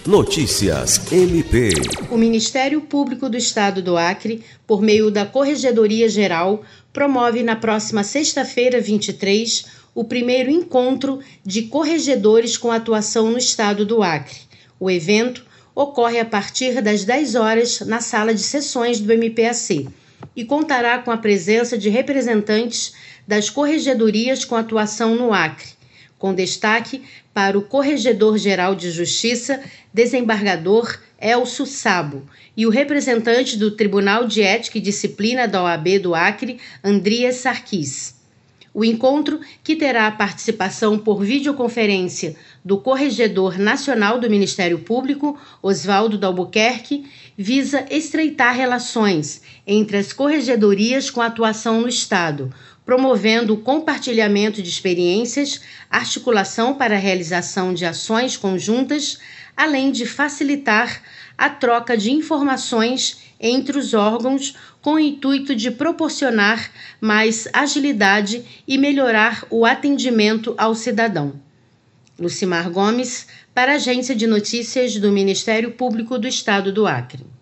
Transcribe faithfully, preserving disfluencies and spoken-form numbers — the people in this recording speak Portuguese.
Notícias M P. O Ministério Público do Estado do Acre, por meio da Corregedoria Geral, promove na próxima sexta-feira, vinte e três, o primeiro encontro de corregedores com atuação no Estado do Acre. O evento ocorre a partir das dez horas na sala de sessões do M P A C e contará com a presença de representantes das corregedorias com atuação no Acre, com destaque para o Corregedor-Geral de Justiça, desembargador Elcio Sabo, e o representante do Tribunal de Ética e Disciplina da O A B do Acre, Andrias Sarkis. O encontro, que terá a participação por videoconferência do Corregedor Nacional do Ministério Público, Oswaldo Dalbuquerque, visa estreitar relações entre as corregedorias com atuação no Estado, promovendo o compartilhamento de experiências, articulação para a realização de ações conjuntas, além de facilitar a troca de informações entre os órgãos com o intuito de proporcionar mais agilidade e melhorar o atendimento ao cidadão. Lucimar Gomes, para a Agência de Notícias do Ministério Público do Estado do Acre.